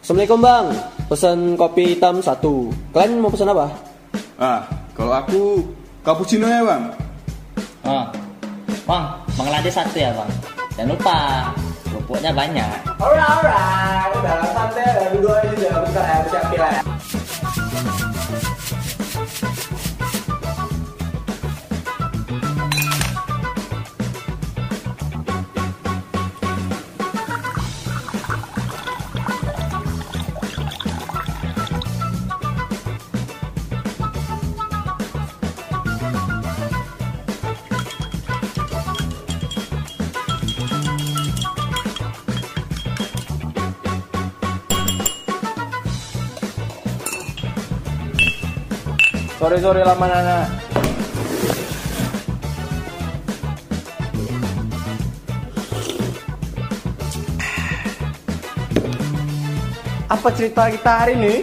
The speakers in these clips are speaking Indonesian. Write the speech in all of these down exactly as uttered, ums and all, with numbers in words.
Assalamualaikum bang, pesan kopi hitam satu. Kalian mau pesan apa? Ah, kalau aku cappuccino ya bang. Oh, bang, bang lade satu ya bang. Jangan lupa, kerupuknya banyak. Alright, alright, udah santai, dua ini udah bentar ya, siapin lah. Sore-sore lama nana. Apa cerita kita hari ini?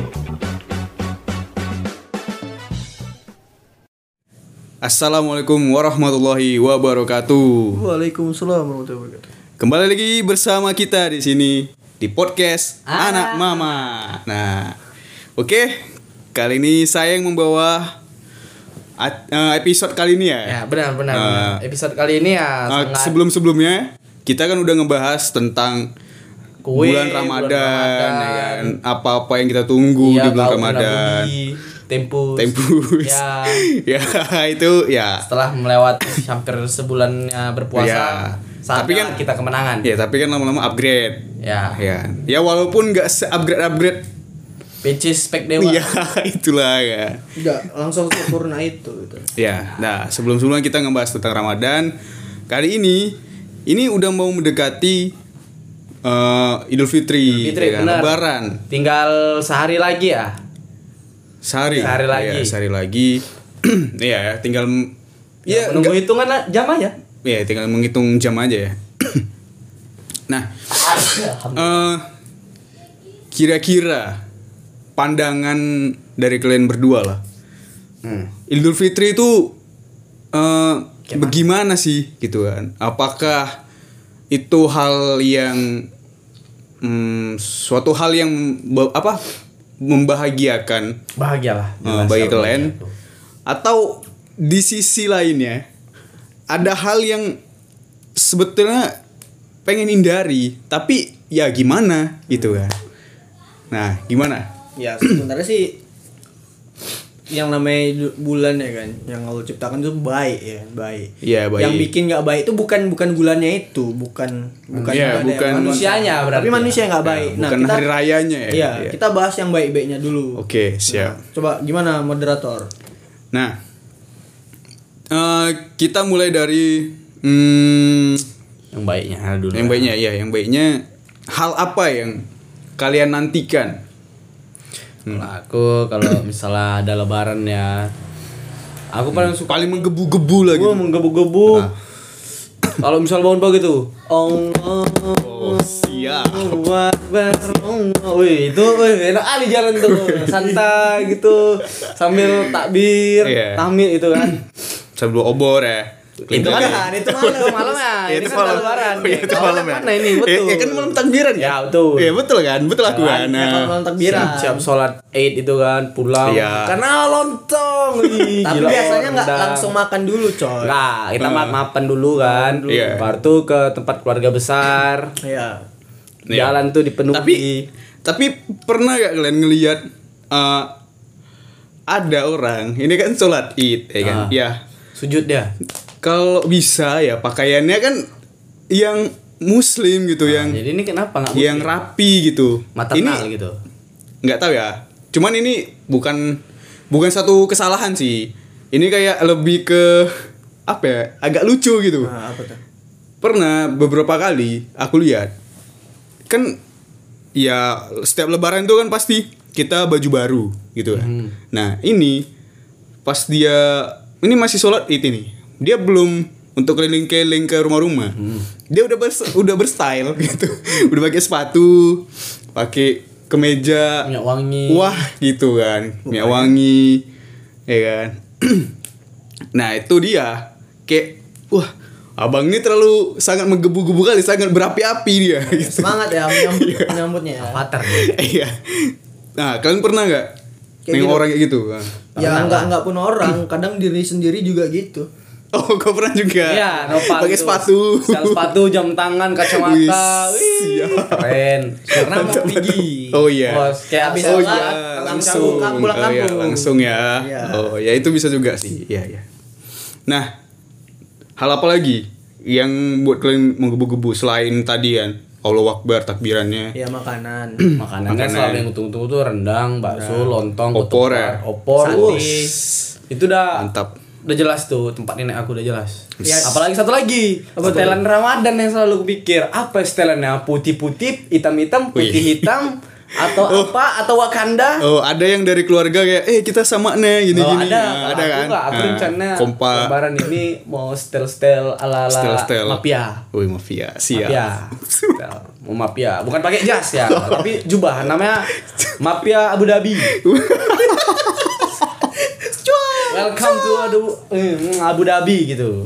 Assalamualaikum warahmatullahi wabarakatuh. Waalaikumsalam warahmatullahi wabarakatuh. Kembali lagi bersama kita di sini di podcast Ah. Anak Mama. Nah, oke. Kali ini saya yang membawa at- uh, episode kali ini ya. Ya benar benar, Uh, benar. Episode kali ini ya Uh, sangat sebelum-sebelumnya kita kan udah ngebahas tentang kue, bulan Ramadan, bulan Ramadan, ya kan? apa-apa yang kita tunggu Iya, di bulan kau Ramadan. Budi, Tempus. Tempus. Ya. Ya, itu ya. Setelah melewati hampir sebulannya berpuasa, Ya. saatnya Tapi kan- kita kemenangan. Ya, tapi kan lama-lama upgrade. Ya. Ya. Ya walaupun enggak se-upgrade-upgrade. P C spek dewa. Iya, itulah ya. Enggak, langsung sempurna itu gitu. Ya, nah sebelum-sebelumnya kita ngebahas tentang Ramadan. Kali ini, ini udah mau mendekati uh, Idul Fitri, Idul Fitri, ya kan? benar. Lebaran. Tinggal sehari lagi ya. Sehari. Sehari lagi. Ya, sehari lagi. Iya, tinggal Ya, ya menunggu enggak- hitungan jam aja. ya tinggal menghitung jam aja ya. Nah, eh, kira-kira pandangan dari kalian berdua lah. Hmm. Idul Fitri itu eh, bagaimana sih gitu kan? Apakah itu hal yang hmm, suatu hal yang be- apa membahagiakan Bahagialah. eh, bagi kalian? Atau di sisi lainnya ada hal yang sebetulnya pengen hindari, tapi ya gimana gitu kan? Nah, gimana? Ya sebenarnya sih yang namanya du- bulan ya kan, yang Allah ciptakan itu baik ya, baik. Iya, baik. Yang bikin nggak baik itu bukan bukan bulannya itu, bukan bukan Iya, bulan ya, bukan- manusianya berarti. Tapi manusia nggak baik. Ya, bukan hari rayanya ya. Iya, Iya. kita bahas yang baik-baiknya dulu. Oke, siap. Nah, coba gimana moderator? Nah, eh, kita mulai dari hmm, Yang baiknya dulu. yang baiknya ya, yang baiknya hal apa yang kalian nantikan? Kalau aku kalau misalnya ada lebaran ya, aku paling suka Paling menggebu-gebu lah gue gitu. menggebu-gebu. Kalau misal bangun pagi tuh, Allah, Oh, siap. Akbar, Allah. Wih, itu wih, enak kali jalan tuh, santai gitu, sambil takbir, Iya. tahmid itu kan. Sambil obor ya. Itu kan, itu malam, itu malam ya. Ya, Ini itu kan malam. lebaran. Oh, iya, itu Kalau malam ya. Mana ini Ya, betul? ya kan malam takbiran Ya, betul. Iya, betul kan? Betul aku kan. Ya, kalau malam takbiran. Siap sholat Eid itu kan, pulang. Iya. Karena lontong. Wih, Tapi gila, biasanya nggak rendang. langsung makan dulu, coy. Nah, kita Uh. maaf-maafan dulu kan. Iya. Baru tuh ke tempat keluarga besar. Iya. Iya. Jalan tuh dipenuhi. Tapi tapi pernah gak kalian ngelihat eh, ada orang ini kan sholat Id ya kan? Ah. Ya. Sujud dia. Kalau bisa ya pakaiannya kan yang muslim gitu, yang Jadi ini kenapa nggak yang muslim? rapi gitu. maternal ini gitu. nggak tahu ya. Cuman ini bukan bukan satu kesalahan sih. Ini kayak lebih ke apa ya? Agak lucu gitu. Nah, apa tuh? Pernah beberapa kali aku lihat kan ya setiap lebaran itu kan pasti kita baju baru gitu kan. Hmm. Nah, ini pas dia ini masih sholat Id ini. Dia belum untuk keliling-keliling ke rumah-rumah. Hmm. Dia udah bers- udah berstyle gitu. Udah pakai sepatu, pakai kemeja Minyak wangi. wah gitu kan, minyak wangi ya kan. Nah, itu dia kayak wah, Abang ini terlalu sangat menggebu-gebu kali, sangat berapi-api dia. Gitu. Semangat ya menyambut menyambutnya ya. Avatar. Iya. Nah, kalian pernah nggak Kayak nengok gitu. orang kayak gitu? Nah. Ya enggak enggak pun orang, kadang diri sendiri juga gitu. Oh, kau pernah juga? Iya, nopal Pakai gitu. sepatu. Sel sepatu, jam tangan, kacamata. Wih, Wih, siap. keren. Karena mau pergi. Oh iya. Oh, kayak Habis abis Oh sholat, iya, langsung. kampung, pulang Oh iya, kampung. langsung ya. Iya. Oh ya itu bisa juga sih. Iya iya. Nah, hal apa lagi yang buat kalian menggebu-gebu selain tadi kan? Allahu Akbar takbirannya. Ya makanan. Makanan kan Makanan. selalu yang tunggu-tunggu tuh rendang, bakso, lontong, Opor ketupat, ya? opor, Sate. wuss. Itu udah Mantap. udah jelas tuh tempat nenek aku udah jelas. Ya. Apalagi satu lagi, setelan Ramadan yang selalu kupikir. Apa setelannya? Putih-putih, hitam-hitam, putih Wih. hitam atau apa atau Wakanda? Oh, ada yang dari keluarga kayak eh kita sama nih Oh, gini-gini. ada, Nah, Kalau ada aku kan? Enggak, aku Nah, rencana kompak. lebaran ini mau stel-stel ala-ala Stel-stel. mafia. Wih, mafia. Siap. Mafia. Stel. Mau mafia, bukan pakai jas ya, tapi jubah namanya Mafia Abu Dhabi. Welcome to Abu, mm, Abu Dhabi gitu.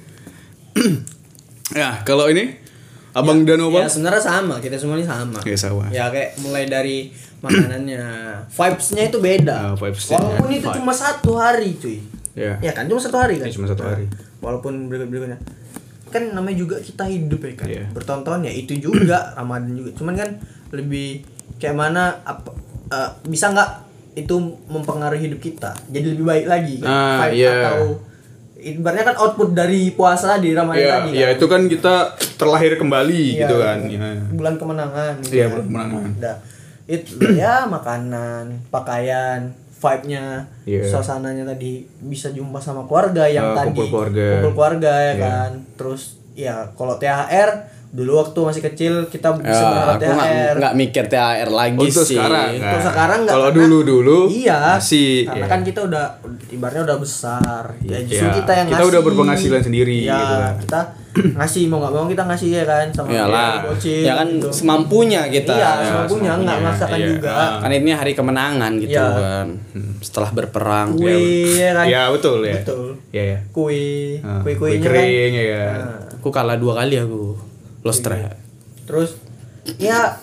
Ya, kalau ini Abang Dano Ya Bang? sebenarnya sama, kita semua ini sama. Ya, sama. Ya kayak mulai dari makanannya, vibes-nya itu beda. Ah, vibes-nya. Walaupun itu Vibe. cuma satu hari, cuy. Ya. Ya kan cuma satu hari kan. Ya, cuma satu hari. Walaupun berikut-berikutnya. Kan namanya juga kita hidup ya kan. Iya. Bertonton ya itu juga Ramadan juga. Cuman kan lebih kayak mana apa eh, bisa nggak itu mempengaruhi hidup kita jadi lebih baik lagi kan. Ah, Vibe iya. atau ibaratnya kan output dari puasa di Ramadan Iya, tadi ya kan. itu kan kita terlahir kembali Iya, gitu kan. iya. Ya. Bulan kemenangan gitu Iya, kan. bulan kemenangan. Udah. Itu ya makanan, pakaian, vibe-nya, Iya. suasananya tadi bisa jumpa sama keluarga yang Ah, tadi kumpul keluarga. kumpul keluarga ya Iya. kan. Terus ya kalau T H R dulu waktu masih kecil kita bisa Ya, berharap aku T H nggak R. nggak mikir T H R lagi Untuk sih. sekarang, kan? Untuk sekarang nggak. Kalau karena- dulu-dulu iya masih, karena iya. kan kita udah ibaratnya udah besar ya justru Iya, kita yang kita ngasih. udah berpenghasilan sendiri ya, gitu kan. kita ngasih mau nggak mau kita ngasih ya kan sama Iyalah. bocil Ya kan gitu. semampunya kita. iya Ya, semampunya nggak semampunya. memaksakan Iya. juga Ah. Kan ini hari kemenangan gitu Iya. kan. Setelah berperang. kue ya kan Ya betul ya. betul Iya ya. kue Ah, kue kue kuenya kering ya kan. Nah, Aku kalah dua kali aku. Lost track. terus ya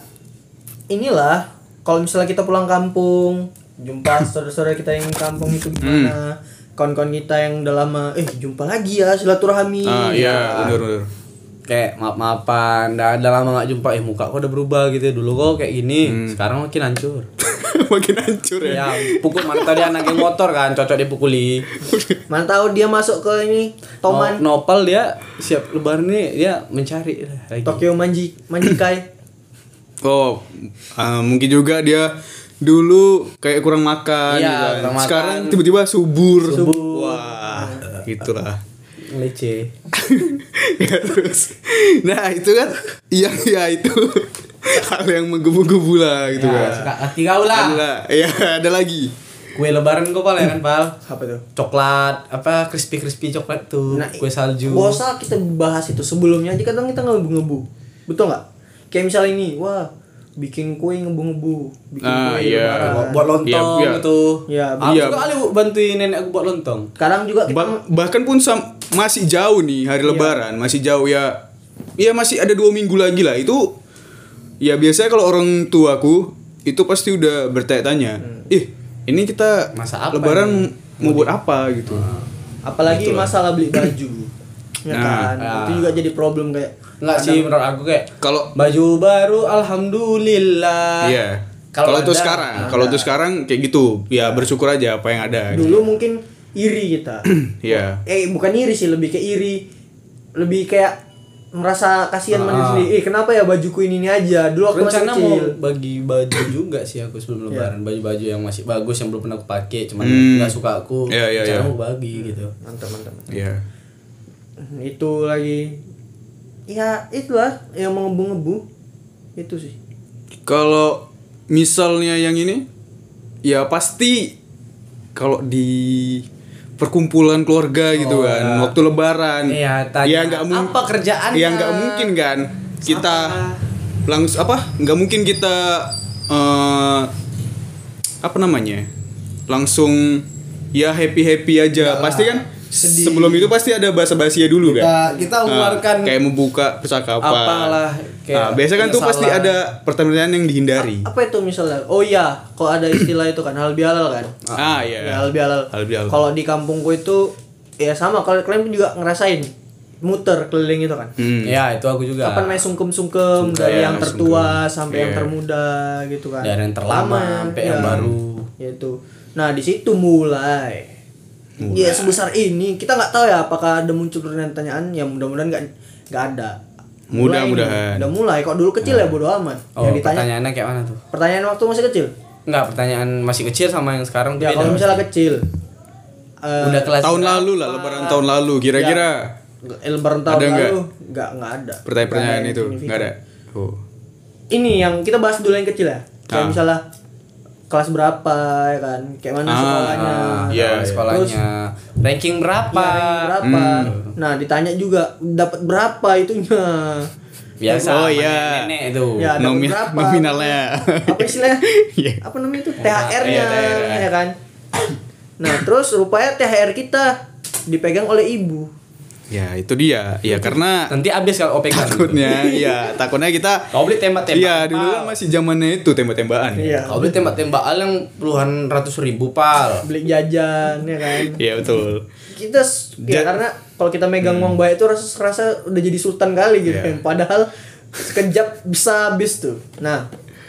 inilah kalau misalnya kita pulang kampung jumpa saudara-saudara kita yang kampung itu gimana kawan-kawan kita yang udah lama eh jumpa lagi ya silaturahmi Ah iya, benar benar. Kayak maaf-maafan, udah, udah lama gak jumpa, eh muka kok udah berubah gitu. Dulu kok kayak gini, sekarang makin hancur. Makin hancur ya. Ya, pukul mana tadi anak yang motor kan, cocok dipukuli. mana tahu dia masuk ke ini Toman No, Nopal dia siap lebaran nih, dia mencari lagi. Tokyo Manji Manjikai Oh, ah, mungkin juga dia dulu kayak kurang makan Iya, gitu kan. kurang makan. Sekarang tiba-tiba subur. Subur. Wah, gitulah. Lece. Ya terus. Nah, itu kan iya iya itu hal yang menggebu-gebu lah gitu Ya, kan. suka hati kau lah. Ada, ya ada lagi. Kue lebaran kau pal ya kan pal? apa tuh Coklat, apa crispy crispy coklat tuh, kue salju. bosa kita bahas itu sebelumnya aja kadang kita ngebu-ngebu betul nggak kayak misalnya ini wah bikin kue ngebu-ngebu bikin Ah, kue iya. lebaran. Buat- buat lontong Iya, iya. gitu. Ya, Aku iya. juga kali Bu, bantuin nenek aku buat lontong. sekarang juga kita Ba- bahkan pun sam- masih jauh nih hari lebaran, masih jauh ya. Ya masih ada dua minggu lagi lah. Itu ya biasanya kalau orang tuaku itu pasti udah bertanya-tanya, "Ih, ini kita Masa apa lebaran mau buat apa?" gitu. apalagi masalah beli baju ya Nah, kan ya. itu juga jadi problem kayak Enggak sih menurut aku kayak Kalau baju baru alhamdulillah. iya. Kalau Kalau untuk ada, sekarang, ada. kalau untuk sekarang kayak gitu, ya bersyukur aja apa yang ada. gitu. dulu mungkin iri kita Iya. eh bukan iri sih lebih kayak iri lebih kayak merasa kasihan sama diri Ah. sendiri eh kenapa ya bajuku ini ini aja dulu aku masih Rencana mau kecil bagi baju juga sih aku sebelum lebaran, baju-baju yang masih bagus yang belum pernah aku pakai, cuman Hmm. nggak suka aku. Iya, iya, rencana iya. mau bagi gitu. mantap mantap, mantap. Iya. itu lagi ya itulah yang mengebu-ngebu itu sih Kalau misalnya yang ini, ya pasti kalau di perkumpulan keluarga gitu Oh, kan, ya. waktu lebaran, Iya, tanya, ya nggak mungkin, apa kerjaannya? ya nggak mungkin kan kita Apa? langsung apa, nggak mungkin kita eh, apa namanya, langsung ya happy happy aja, pasti kan sebelum itu pasti ada basa-basinya dulu kita kan. kita Nah, mengeluarkan kayak membuka percakapan. apalah Nah, biasa kan tuh pasti ada pertanyaan yang dihindari. Apa itu misalnya? Oh iya, kok ada istilah itu kan hal bihalal kan? Ah iya. Ya, hal bihalal. Hal bihalal. Kalau di kampungku itu ya sama, kalau kalian juga ngerasain muter keliling itu kan. Hmm. ya itu aku juga Apa namanya sungkem-sungkem dari ya, yang tertua sungkem. sampai Iya. yang termuda gitu kan. dari yang terlama Lama, sampai yang ya. baru. Ya itu. Nah, di situ mulai. Mulai. Ya sebesar ini kita nggak tahu ya apakah ada muncul pertanyaan, ya mudah-mudahan nggak nggak ada. Mulai Mudah-mudahan. nih. Udah mulai. Kok dulu kecil ya bodo amat. Oh, yang ditanya pertanyaannya kayak mana tuh? pertanyaan waktu masih kecil. Enggak, pertanyaan masih kecil sama yang sekarang tuh Ya beda. kalau misalnya kecil. eh, udah kelas Tahun berapa? lalu lah, lebaran tahun lalu kira-kira eh, lebaran tahun Ada nggak? lalu nggak nggak ada. pertanyaan-pertanyaan Nggak ada itu yang nggak ada. signifikan. Oh. Ini yang kita bahas dulu yang kecil ya. Kayak Ah. misalnya kelas berapa ya kan, kayak mana Ah, sekolahnya, ah, Iya, Iya, iya. sekolahnya. ranking berapa? ya, ranking berapa. Hmm. Nah ditanya juga dapat berapa itunya. Biasa. Oh, sama iya. nenek itu. Ya, dapat Nomi- berapa? nominalnya. Apa istilahnya? Iya. Apa namanya itu? T H R-nya Iya, T H R. ya kan. Nah terus rupanya T H R kita dipegang oleh ibu. Ya, itu dia. Ya karena Nanti habis kalau O P K. takutnya iya, takutnya kita Kau beli tembak-tembak. iya, dulu kan masih zamannya itu tembak-tembakan. Iya. Kau beli tembak-tembakan yang puluhan ratus ribu, Pal. Beli jajan ya kan. Iya, betul. Kita s- ya Ja- karena kalau kita megang uang banyak itu rasa rasa udah jadi sultan kali gitu Iya. kan. Padahal sekejap bisa habis tuh. Nah,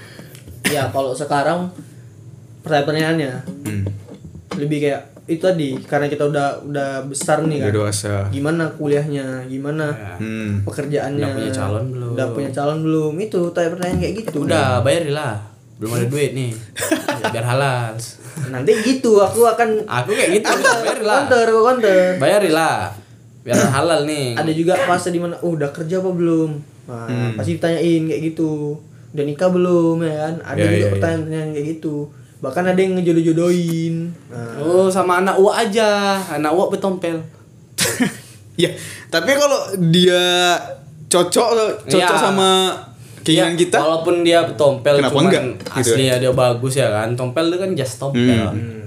ya kalau sekarang pertanyaannya Hmm. lebih kayak itu tadi, karena kita udah udah besar nih Udah kan. dewasa. Gimana kuliahnya, gimana Hmm. pekerjaannya, Udah punya calon belum? Udah punya calon belum? Itu tanya pertanyaan kayak gitu. Udah, bayarilah. Belum ada duit nih. Biar halal. Nanti gitu aku akan Aku kayak gitu, bayarilah. counter, aku counter. Bayarilah. Biar halal nih. Ada juga fase dimana oh, udah kerja apa belum? Nah, Hmm. pasti ditanyain kayak gitu. Udah nikah belum ya kan? Ada Ya, juga ya, ya. pertanyaan-pertanyaan kayak gitu. Bahkan ada yang ngejodoh-jodohin. Nah, Oh, sama anak uak aja. Anak uak betompel. Ya, tapi kalau dia cocok cocok Iya. sama keinginan Ya, kita, walaupun dia betompel Kenapa cuman enggak? Gitu asli ya dia bagus ya kan. Tompel itu kan just tompel. Hmm.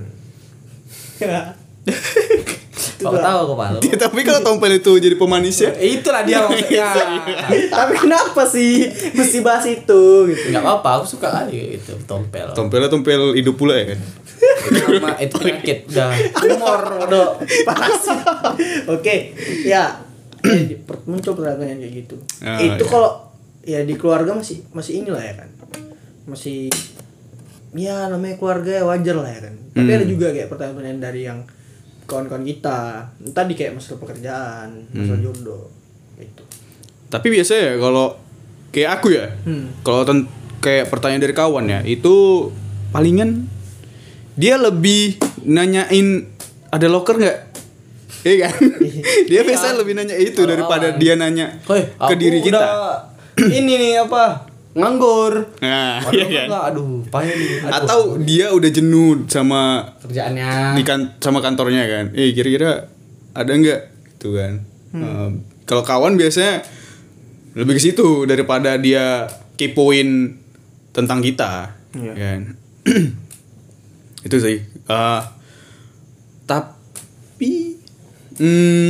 Kau tahu kok, Pal? Ya, tapi kalau tompel itu jadi pemanisnya, Eh, Itulah dia maksudnya. tapi kenapa sih mesti bahas itu gitu? Enggak apa-apa, aku suka aja itu tompel. tompelnya tompel hidup pula ya kan. Sama itu penyakit udah humor udah Parasit. Oke, ya. Jadi, per- muncul pertanyaan kayak gitu. Ah, itu iya. kalau ya di keluarga masih masih inilah ya kan. Masih ya namanya keluarga ya wajar lah ya kan. Tapi Hmm. ada juga kayak pertanyaan-pertanyaan dari yang kawan-kawan kita. Tadi kayak masalah pekerjaan, masalah Hmm. jodoh gitu. Tapi biasanya ya kalau kayak aku ya, Hmm. kalau ten- kayak pertanyaan dari kawan ya, itu palingan dia lebih nanyain ada locker nggak, iya kan? Dia biasanya lebih nanya itu Kalau daripada kawan. dia nanya Hoi, ke diri kita. Ini nih apa? Nganggur. Nah, Waduh, iya kan? enggak, aduh, payah nih. Aduh. Atau dia udah jenuh sama kerjaannya. di kan sama kantornya kan. Eh kira-kira ada nggak gitu kan. Eh, kalau kawan biasanya lebih ke situ daripada dia kepoin tentang kita. Iya. Kan. Itu sih. Eh, tapi hmm,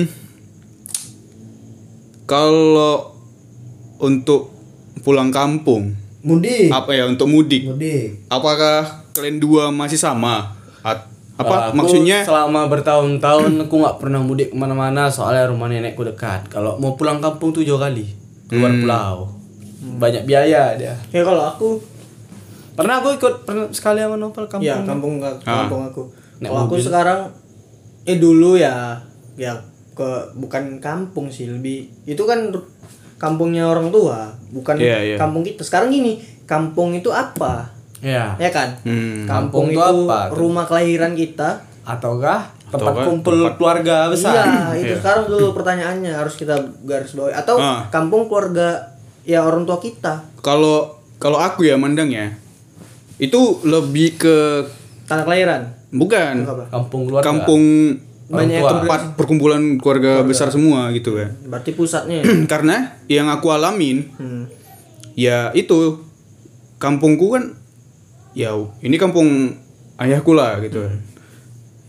kalau untuk pulang kampung Mudik. apa ya untuk mudik, Mudik. apakah kalian dua masih sama? At- Kalau apa aku maksudnya? selama bertahun-tahun aku nggak pernah mudik kemana-mana soalnya rumah nenekku dekat. Kalau mau pulang kampung tuh jauh kali keluar Hmm. pulau, banyak biaya dia. Ya kalau aku Pernah aku ikut pernah sekali sama Novel kampung. ya kampung kampung aku. Naik Kalau aku mobil. sekarang eh dulu ya ya ke bukan kampung sih, lebih itu kan r- kampungnya orang tua, bukan Iya, iya. kampung kita. Sekarang gini, kampung itu apa? Ya. Ya kan? Hmm. Kampung, Kampung itu itu apa tuh? rumah kelahiran kita. Ataukah tempat Ataukah kumpul tempat- keluarga besar? Iya, itu Iya. sekarang dulu pertanyaannya harus kita garis bawahi, atau Ah. kampung keluarga ya orang tua kita. Kalau kalau aku ya mandangnya itu lebih ke Tanah kelahiran. bukan Apa? Kampung keluarga. kampung Banyak tua. yang tempat perkumpulan keluarga besar semua gitu kan. Berarti pusatnya ya. Karena yang aku alamin Hmm. ya itu kampungku kan ya ini kampung ayahku lah gitu kan.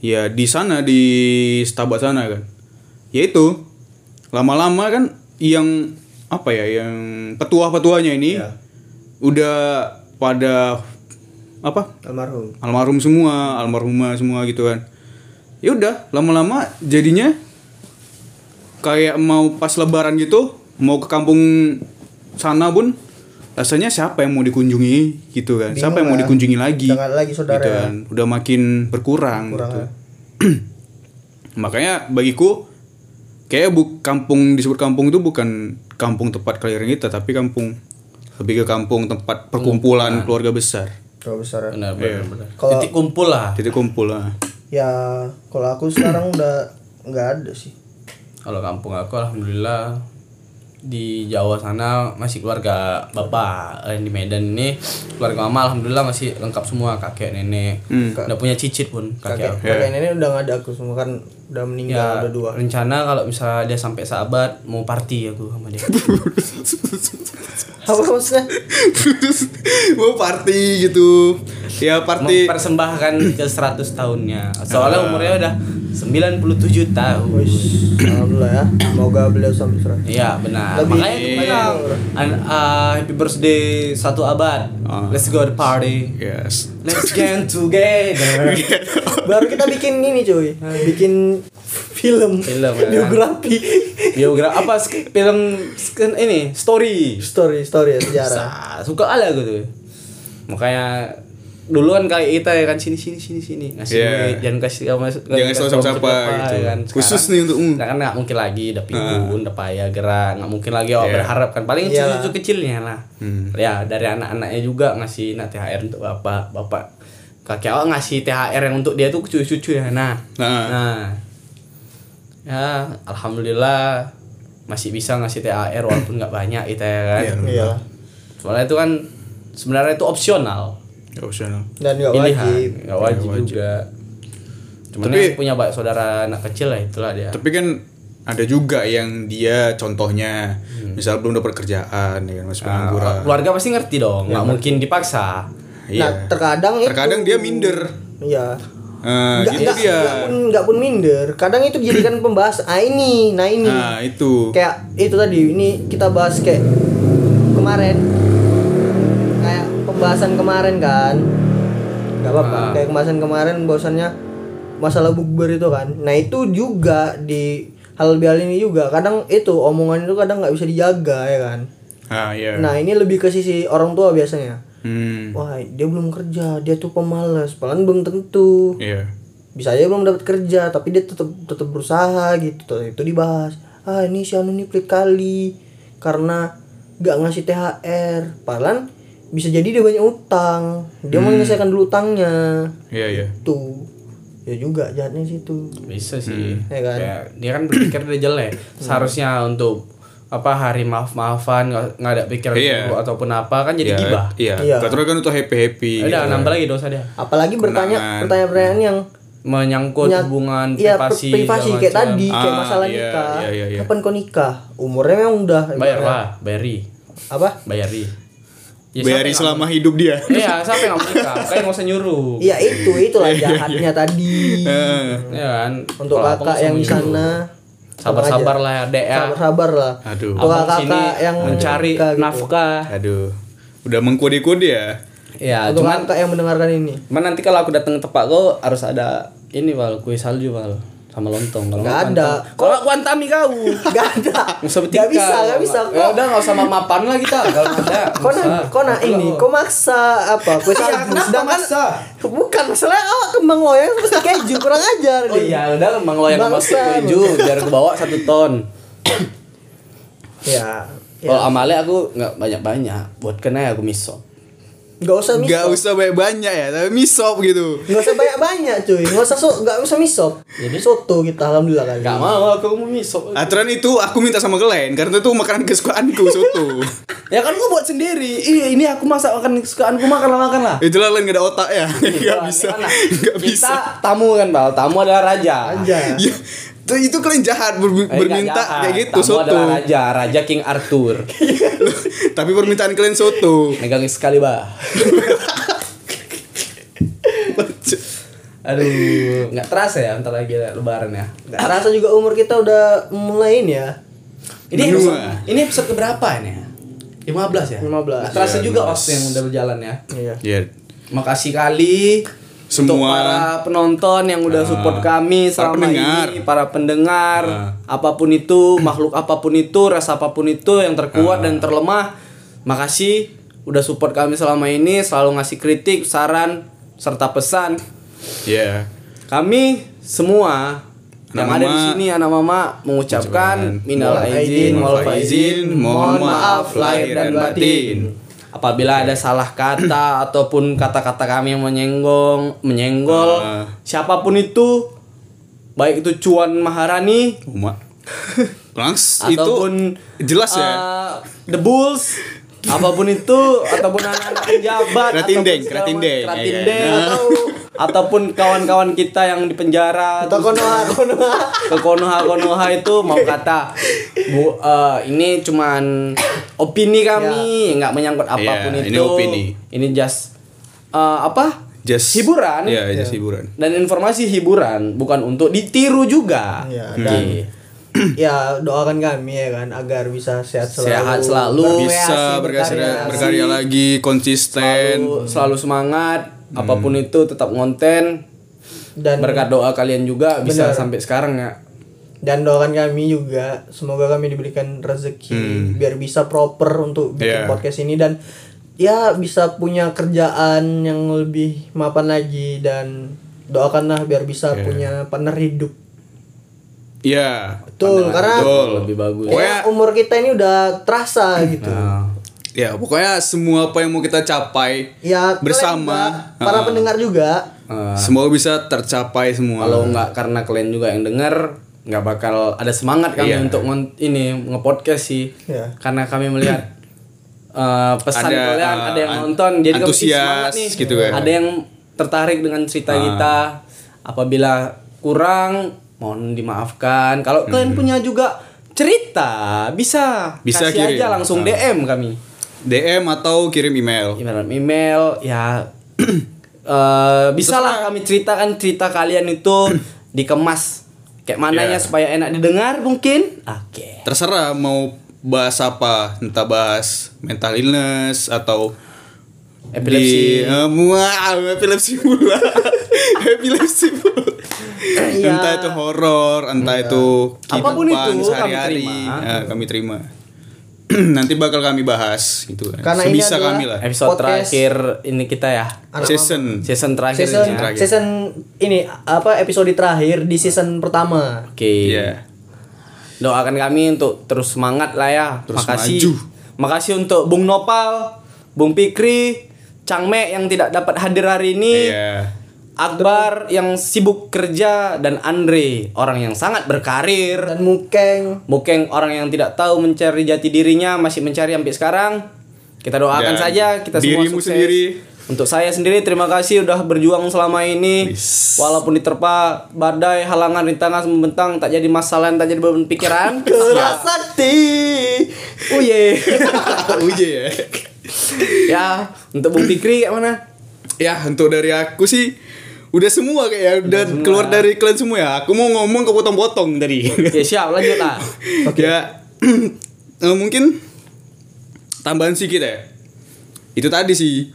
ya di sana di Setabat sana kan. Ya itu lama-lama kan yang apa ya yang petua-petuanya ini Ya. udah pada apa Almarhum. almarhum semua, almarhumah semua gitu kan. Ya udah, lama-lama jadinya kayak mau pas lebaran gitu, mau ke kampung sana pun rasanya siapa yang mau dikunjungi gitu kan. Bingung siapa yang mau lah. dikunjungi lagi? Udah nggak ada lagi saudara gitu ya. kan. Udah makin berkurang, Kurang gitu. ya. Makanya bagiku kayak bu kampung disebut kampung itu bukan kampung tempat kelahiran kita, tapi kampung lebih ke kampung tempat perkumpulan keluarga besar. Kalau besar. ya. Benar Iya. benar benar. Kalau- Titik kumpul lah. Titik kumpul lah. Ya kalau aku sekarang udah nggak ada sih. Kalau kampung aku alhamdulillah di Jawa sana masih keluarga bapak. Eh, di Medan ini keluarga mama alhamdulillah masih lengkap semua, kakek nenek. Hmm. Udah punya cicit pun kakek. Kakek, aku. kakek nenek udah nggak ada aku semua kan udah meninggal Ya, udah dua. rencana kalau misalnya dia sampai sahabat mau party aku sama dia. Apa maksudnya? Mau party gitu. Ya party. Mempersembahkan ke seratus tahunnya. Soalnya umurnya udah sembilan puluh tujuh tahun. Wis, alhamdulillah ya. Semoga beliau sampai seratus. Iya benar. Lebih- Makanya aku bilang an- uh, happy birthday satu abad. Ah. Let's go to party. Yes. Let's get together. Baru kita bikin ini cuy, bikin film, Film, ya. biografi, Biografi apa sk- film sk- ini story. story story ya, sejarah. Sa- suka ala gitu. Makanya dulu kan kayak kita ya kan sini sini sini sini ngasih Iya. duit, jangan kasih sama Jangan kasih sama siapa gitu. kan. Khusus Sekarang- nih untukmu. Nah, kan nggak mungkin lagi udah pikun, udah payah gerak, nggak mungkin lagi awak Iya. berharap kan paling Iyalah. cucu kecilnya lah. Hmm. Ya dari anak-anaknya juga ngasih nah T H R untuk bapak, bapak kakek awak ngasih T H R yang untuk dia tuh cucu-cucu ya. Nah, Nah. nah, ya alhamdulillah masih bisa ngasih T H R walaupun nggak banyak itu ya kan. Iya. Iya. Soalnya itu kan sebenarnya itu opsional. Ya opsional. Dan nggak Pilihan, wajib. nggak wajib, Nggak wajib. juga. Cuman Tapi- yang punya banyak saudara anak kecil lah itulah dia. Tapi kan ada juga yang dia contohnya misal belum dapat kerjaan ya kan masih Nah, pengangguran. keluarga pasti ngerti dong, nggak mungkin dipaksa. Iya. Nah terkadang itu. Terkadang dia minder. Iya. Nah, Nggak, gitu nggak, dia. nggak pun nggak pun minder. Kadang itu dijadikan pembahasan. Ah ini, nah ini. Nah, itu. Kayak itu tadi, ini kita bahas kayak kemarin. Kayak pembahasan kemarin kan. Gak apa-apa. Ah. Kayak pembahasan kemarin bahwasannya masalah bukber itu kan. Nah itu juga di hal hal ini juga. Kadang itu omongan itu kadang nggak bisa dijaga ya kan. Ah, iya. Nah ini lebih ke sisi orang tua biasanya. Hmm. Wah dia belum kerja, dia tuh pemalas. Padahal belum tentu. Iya. Bisa aja belum dapat kerja tapi dia tetap tetap berusaha gitu. Tuh, itu dibahas. Ah ini si anu ini pelit kali karena nggak ngasih T H R. Padahal bisa jadi dia banyak utang. Dia mau menyelesaikan dulu utangnya. Iya, iya. Tuh. Ya juga jahatnya situ. Bisa sih. Ya kan? Kayak dia kan berpikir dia jelek. Seharusnya untuk apa hari maaf-maafan nggak nggak ada pikiran Iya. buruk ataupun apa kan jadi Iya, gibah. Iya. Iya. Katanya kan untuk happy-happy. Udah gitu. nambah lagi dosa dia. Apalagi bertanya Kenangan. pertanyaan-pertanyaan yang Menyangkut nyat- hubungan iya, privasi. privasi segala kayak macam. tadi, kayak Ah, masalah iya, nikah. iya, iya, iya. Kapan kau nikah? Umurnya memang udah Bayar lah, bayari, apa? bayari. Ya, Bayari siapa yang selama hidup dia. nggak- Iya, siapa yang nggak mau nikah? Kayak nggak usah nyuruh. Iya itu itulah jahatnya tadi. Eh, Ya kan. Untuk Kalau apa kakak nggak usah yang di menyuruh. sana Sabar-sabar lah ya, Dek ya. sabar-sabar lah. Aduh. Untuk Abang sini kakak yang mencari nikah gitu. nafkah. Aduh. Udah mengkode-kode ya. Ya, Untuk cuman kakak yang mendengarkan ini. cuman nanti kalau aku datang ke tempat kau harus ada ini Val, kue salju Val sama lontong. Kalau Nggak nggak ada. kuantam- Kalau aku antami kau. Gak ada. Nggak usah Gak bertiga. bisa, gak bisa. Ya udah nggak usah mapan lah kita. Kalau nggak ada. Kau nggak nak, usah. kau nak ini, kau maksa apa? Kue salju. kenapa Sedangkan maksa? bukan masalahnya awak kembang loyang mesti keju kurang ajar Oh nih. iya, udah Bang Loyang Bangsa. masuk keju biar aku bawa satu ton. Ya. Kalau ya. amale aku nggak banyak-banyak, buat kena aku miso. Gak usah misop. Gak usah banyak-banyak ya, tapi misop gitu. Gak usah banyak-banyak cuy. Gak usah so, gak usah misop. Jadi soto kita alhamdulillah kali. Gak mau aku mau miso. Aturan itu aku minta sama kalian karena itu makanan kesukaanku soto. Ya kan gua buat sendiri. Iya, ini aku masak makan kesukaanku makan lah makan lah. Itulah kalian gak ada otak ya. Gak bisa. Gak bisa. Kita tamu kan, Bal. Tamu adalah raja. Aja. Ya, itu, itu kalian jahat ber- Eh, berminta nggak jahat. kayak gitu Tamu soto. adalah raja, raja King Arthur. Tapi permintaan kalian soto. Megang sekali, Bah. Aduh, nggak terasa ya bentar lagi lebaran ya. Nggak terasa juga umur kita udah mulai ini ya. Ini Menua. episode, ini episode keberapa ini ya? lima belas ya? lima belas. Nggak terasa Iya, juga lima belas. waktu yang udah berjalan ya. Iya. Ya, Makasih kali untuk Semua. para penonton yang udah Ah, support kami para selama pendengar. ini, para pendengar, Ah. apapun itu, makhluk apapun itu, ras apapun itu yang terkuat Ah. dan terlemah. Makasih udah support kami selama ini, selalu ngasih kritik, saran, serta pesan. ya. Kami semua Anak yang ada di mama, sini anak mama mengucapkan mengucapkan minal mohon aizin izin, wal mohon faizin, izin, mohon mohon maaf maaf lahir dan batin. Apabila ada salah kata ataupun kata-kata kami yang menyenggol, menyenggol Ah. siapapun itu, baik itu Cuan Maharani Uma. Langs itu ataupun jelas ya. uh, The Bulls, apapun itu, ataupun anak-anak penjabat, Kratindeng, ataupun segala Kratindeng, macam, iya, Kratindeng, iya. atau ataupun kawan-kawan kita yang di penjara, Atau terus Konoha Konoha. ke Konoha Konoha itu mau kata bu eh, ini cuman opini kami nggak menyangkut apapun Iya, itu ini opini. ini just eh, apa Just hiburan Iya, just hiburan. dan informasi hiburan bukan untuk ditiru juga. Iya, Oke. dan ya doakan kami ya kan agar bisa sehat selalu. Sehat selalu. Bisa berkarya, berkarya lagi konsisten. selalu, selalu semangat apapun itu tetap ngonten Dan berkat doa kalian juga bisa Benar. sampai sekarang ya. dan doakan kami juga semoga kami diberikan rezeki biar bisa proper untuk bikin Iya. podcast ini dan ya bisa punya kerjaan yang lebih mapan lagi dan doakanlah biar bisa Iya. punya partner hidup. Iya. Betul, karena Betul. Lebih bagus. Pokoknya- kayak umur kita ini udah terasa gitu. Nah, Ya, pokoknya semua apa yang mau kita capai Ya kalian bersama, juga, para ah. pendengar juga. eh, semoga bisa tercapai semua. kalau nggak karena kalian juga yang denger nggak bakal ada semangat kami Iya. untuk ngon- ini nge-podcast sih. Iya. Karena kami melihat eh, pesan Ada, kalian, eh, ada yang an- nonton, jadi kami antusias semangat nih. gitu kan. Ada yang tertarik dengan cerita Ah. kita. Apabila kurang, mohon dimaafkan. Kalau kalian punya juga cerita, bisa, Bisa kasih kirim. aja langsung Ah. D M kami. D M atau kirim email. Email email ya eh bisa lah kami ceritakan cerita kalian itu dikemas kayak mananya Iya. supaya enak didengar mungkin. Oke. Terserah mau bahas apa, entah bahas mental illness atau Epilepsi. di uh, mual epilepsi pula. Epilepsi pula. Iya. Entah itu horor, entah itu Apapun kehidupan itu, kami sehari-hari, terima. ya, kami terima. Nanti bakal kami bahas gitu kan. Karena ini Sebisa adalah kami lah. Episode Podcast. terakhir ini kita ya. Anak Season. Season terakhir Season ini ya. terakhir. season ini apa episode terakhir di season pertama. Oke. Iya. Doakan kami untuk terus semangat lah ya. Terus Makasih. maju. Makasih untuk Bung Nopal, Bung Pikri, Cangme yang tidak dapat hadir hari ini. Iya. Akbar yang sibuk kerja dan Andre orang yang sangat berkarir. Dan Mukeng. Mukeng orang yang tidak tahu mencari jati dirinya, masih mencari sampai sekarang. Kita doakan Dan saja kita semua dirimu sukses. sendiri. Untuk saya sendiri terima kasih udah berjuang selama ini. Wis. Walaupun diterpa badai, halangan, rintangan membentang, tak jadi masalah, tak jadi beban pikiran. Kelas sakti. Uye. Uje ya. Ya, untuk Bung Fikri kayak mana? Ya, untuk dari aku sih udah semua kayak ya, udah keluar dari kalian semua ya. Aku mau ngomong kepotong-potong tadi. Ya siap, lanjut lah. Oke. Ya, eh, mungkin tambahan sedikit ya. Itu tadi sih.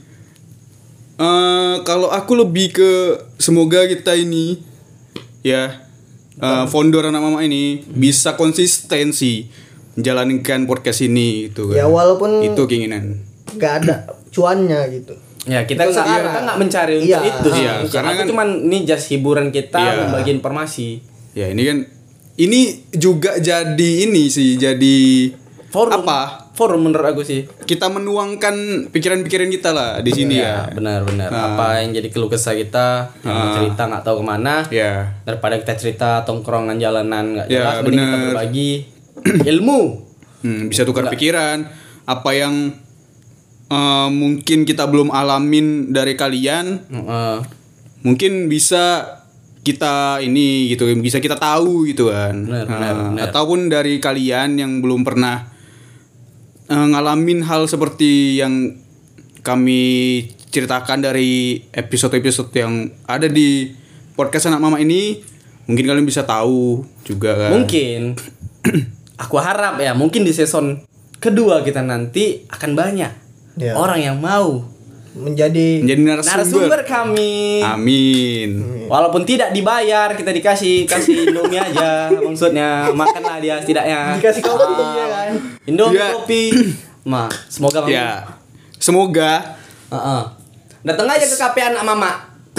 Eh kalau aku lebih ke semoga kita ini ya eh, founder anak mama ini bisa konsisten sih menjalankan podcast ini gitu kan. Ya, walaupun- itu keinginan. Gak ada cuannya gitu. Ya kita Itu nggak sekarang. kita nggak mencari untuk Iya. itu sih. Iya, Aku karena kan- cuman ini just hiburan kita Iya. membagi informasi. Ya ini kan ini juga jadi ini sih jadi Forum. apa? Forum menurut aku sih. Kita menuangkan pikiran-pikiran kita lah di sini ya. Benar-benar. Ah. Apa yang jadi keluh kesah kita, yang mau Ah. cerita nggak tahu kemana. Ya. Daripada kita cerita tongkrongan jalanan nggak Ya, jelas, mending kita benar. berbagi ilmu. Hmm, bisa tukar pikiran apa yang eh, mungkin kita belum alamin dari kalian Heeh. mungkin bisa kita ini gitu bisa kita tahu gitu kan. Benar, benar, Nah, benar. ataupun dari kalian yang belum pernah eh, ngalamin hal seperti yang kami ceritakan dari episode-episode yang ada di podcast anak mama ini mungkin kalian bisa tahu juga kan. Mungkin aku harap ya mungkin di season kedua kita nanti akan banyak Ya. orang yang mau Menjadi menjadi narasumber. narasumber kami. Amin. Walaupun tidak dibayar, kita dikasih kasih Indomie aja. Maksudnya makanlah dia setidaknya. dikasih kopi ya kan. Indomie Ya. kopi. Ma, semoga Bang. Ya. Semoga Heeh. Datang aja ke K P anak mama.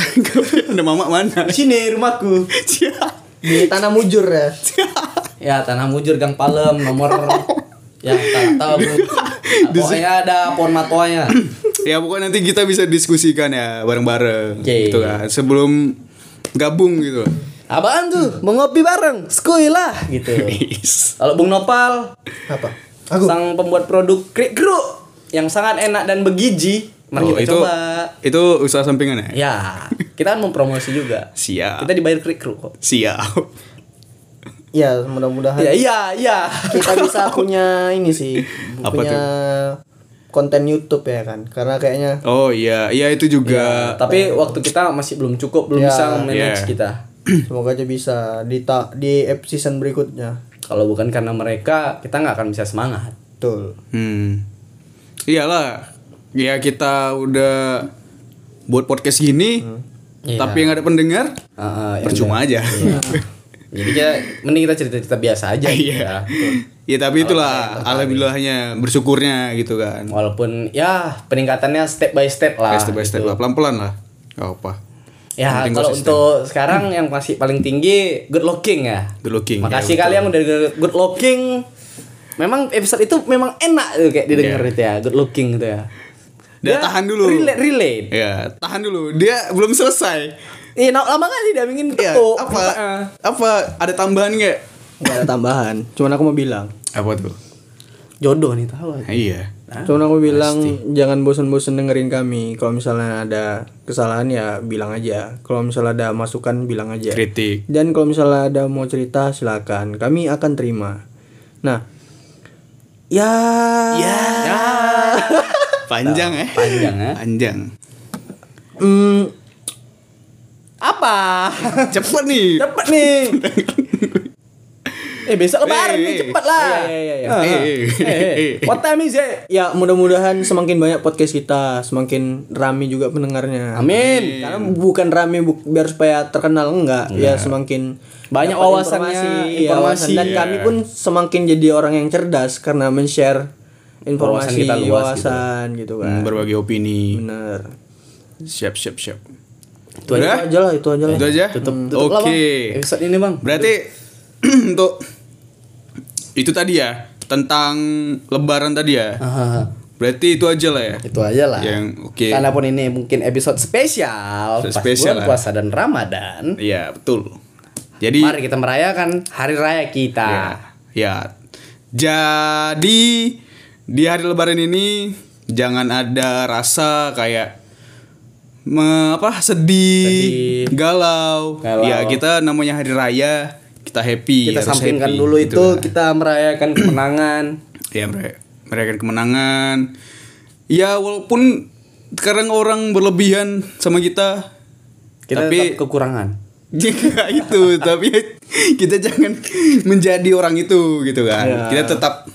ada mama mana? Di sini rumahku. Di tanah mujur ya. Ya, Tanah Mujur Gang Palem nomor ya tak tahu. Pokoknya ada pohon matoanya. Ya pokoknya nanti kita bisa diskusikan ya bareng-bareng Oke. gitu kan sebelum gabung gitu. Apaan tuh? Mau ngopi bareng? Skuy lah gitu. Kalau Bung Nopal, Apa? Aku. sang pembuat produk Krik Kru yang sangat enak dan bergizi, mari Oh, kita itu coba. itu usaha sampingan ya? Ya, kita kan mau promosi juga. Siap. Kita dibayar Krik Kru kok. Siap. Ya, mudah-mudahan Iya, iya, iya. kita bisa punya ini sih, Apa punya konten YouTube ya kan. Karena kayaknya Oh iya, iya itu juga. Tapi waktu kita masih belum cukup, belum Ya, bisa manage ya. kita. semoga aja bisa di ta- di ep season berikutnya. Kalau bukan karena mereka, kita nggak akan bisa semangat. Betul. Hmm. Iyalah. Ya kita udah buat podcast gini, Iya. tapi yang ada pendengar Ah, ah, ya percuma aja. Jadi kita mending kita cerita-cerita biasa aja. Iya. Ya. Ya tapi itulah alhamdulillahnya bersyukurnya gitu kan. Walaupun ya peningkatannya step by step lah. Step by step gitu. lah, pelan-pelan lah. Gak apa. Ya Penting kalau konsisten. untuk sekarang yang masih paling tinggi good looking ya. Good looking, Makasih ya, kalian udah good looking. Memang episode itu memang enak tuh kayak didengar Iya. itu ya, good looking gitu ya. Dia tahan dulu. Relate, relate. Ya, tahan dulu. Dia belum selesai. Iya, nah, lama kali dia bikin Ya, ketuk. apa? Heeh. Apa ada tambahan nggak? Gak ada tambahan. Cuman aku mau bilang. Apa tuh? Jodoh nih tahu. aja. Iya. Cuman aku bilang jangan bosan-bosan dengerin kami. Kalau misalnya ada kesalahan ya bilang aja. Kalau misalnya ada masukan bilang aja. Kritik. Dan kalau misalnya ada mau cerita silakan. Kami akan terima. Nah, ya. Ya. Panjang ya. Panjang ya. Panjang. Hmm, Apa? Cepet nih. Cepet nih. eh besok lebaran Eh, nih eh. cepet lah. Iya, iya, iya, iya. Ah, Eh, ah. eh, Eh, eh. eh. What time is it? ya mudah-mudahan semakin banyak podcast kita, semakin rame juga pendengarnya. Amin. Karena bukan rame bu- biar supaya terkenal enggak, ya semakin Banyak dapat wawasannya, informasi, iya, informasi. wawasan. Dan Iya. kami pun semakin jadi orang yang cerdas karena men-share Wawasan informasi, kita luas wawasan gitu, kan. Hmm, berbagi opini. Bener. Siap, siap, siap. Itu Itu Udah? aja lah, itu aja lah. Itu aja? Tutup, Hmm. tutup lah, Oke. Bang. Episode ini bang. Berarti untuk itu tadi ya tentang lebaran tadi ya. Ah, Berarti itu aja lah ya. itu aja lah. Yang oke. Karena pun ini mungkin episode spesial, pas Spesial bulan lah. puasa dan Ramadan. Iya, betul. Jadi Mari kita merayakan hari raya kita. ya, ya. Jadi di hari lebaran ini jangan ada rasa kayak me, apa sedih, Sedih. galau. Galau. Ya kita namanya hari raya, kita happy. Kita harus sampingkan happy, dulu gitu itu, kan. kita merayakan kemenangan. Ya mere- merayakan kemenangan. Ya walaupun sekarang orang berlebihan sama kita, Kita tapi tetap kekurangan. ya itu, tapi kita jangan menjadi orang itu gitu kan. Ya. Kita tetap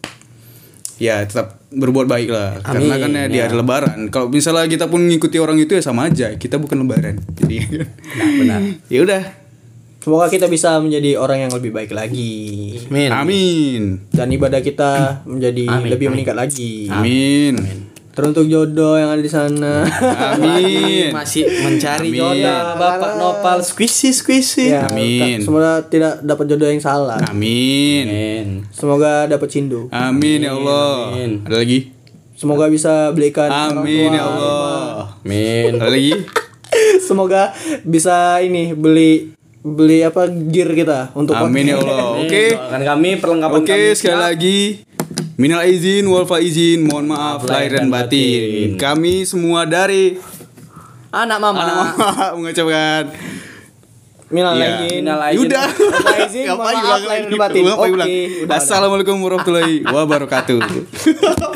ya tetap berbuat baik lah. Amin, Karena kan ya di ya. hari lebaran. Kalau misalnya kita pun ngikuti orang itu ya sama aja. Kita bukan lebaran. Jadi Benar. ya udah. Semoga kita bisa menjadi orang yang lebih baik lagi. Amin. Amin. Dan ibadah kita menjadi Amin, lebih amin. meningkat lagi. Amin. Teruntuk jodoh yang ada di sana. Amin. Masih mencari Amin. jodoh Bapak Nopal squishy squishy. Ya, Amin. ta- Semoga tidak dapat jodoh yang salah. Amin. Amin. Semoga dapat cindu. Amin ya Allah. Amin. Ada lagi? Semoga bisa belikan orang Amin tua. ya Allah. Amin. Ada lagi? Semoga bisa ini beli beli apa gear kita untuk Amin ya podcast. Allah. Amin. Oke. Doakan kami perlengkapan Oke, kami sekali siap. lagi minal izin wal faizin, mohon maaf lahir dan batin. Kami semua dari Anak mama. anak mama mengucapkan Minal Iya. aidin. Minal aidin. Yaudah. Minal aidin, mohon Ngapain maaf ulang lahir lagi? dan batin. Ngapain Oke, ulang? udah, udah. Assalamualaikum warahmatullahi wabarakatuh.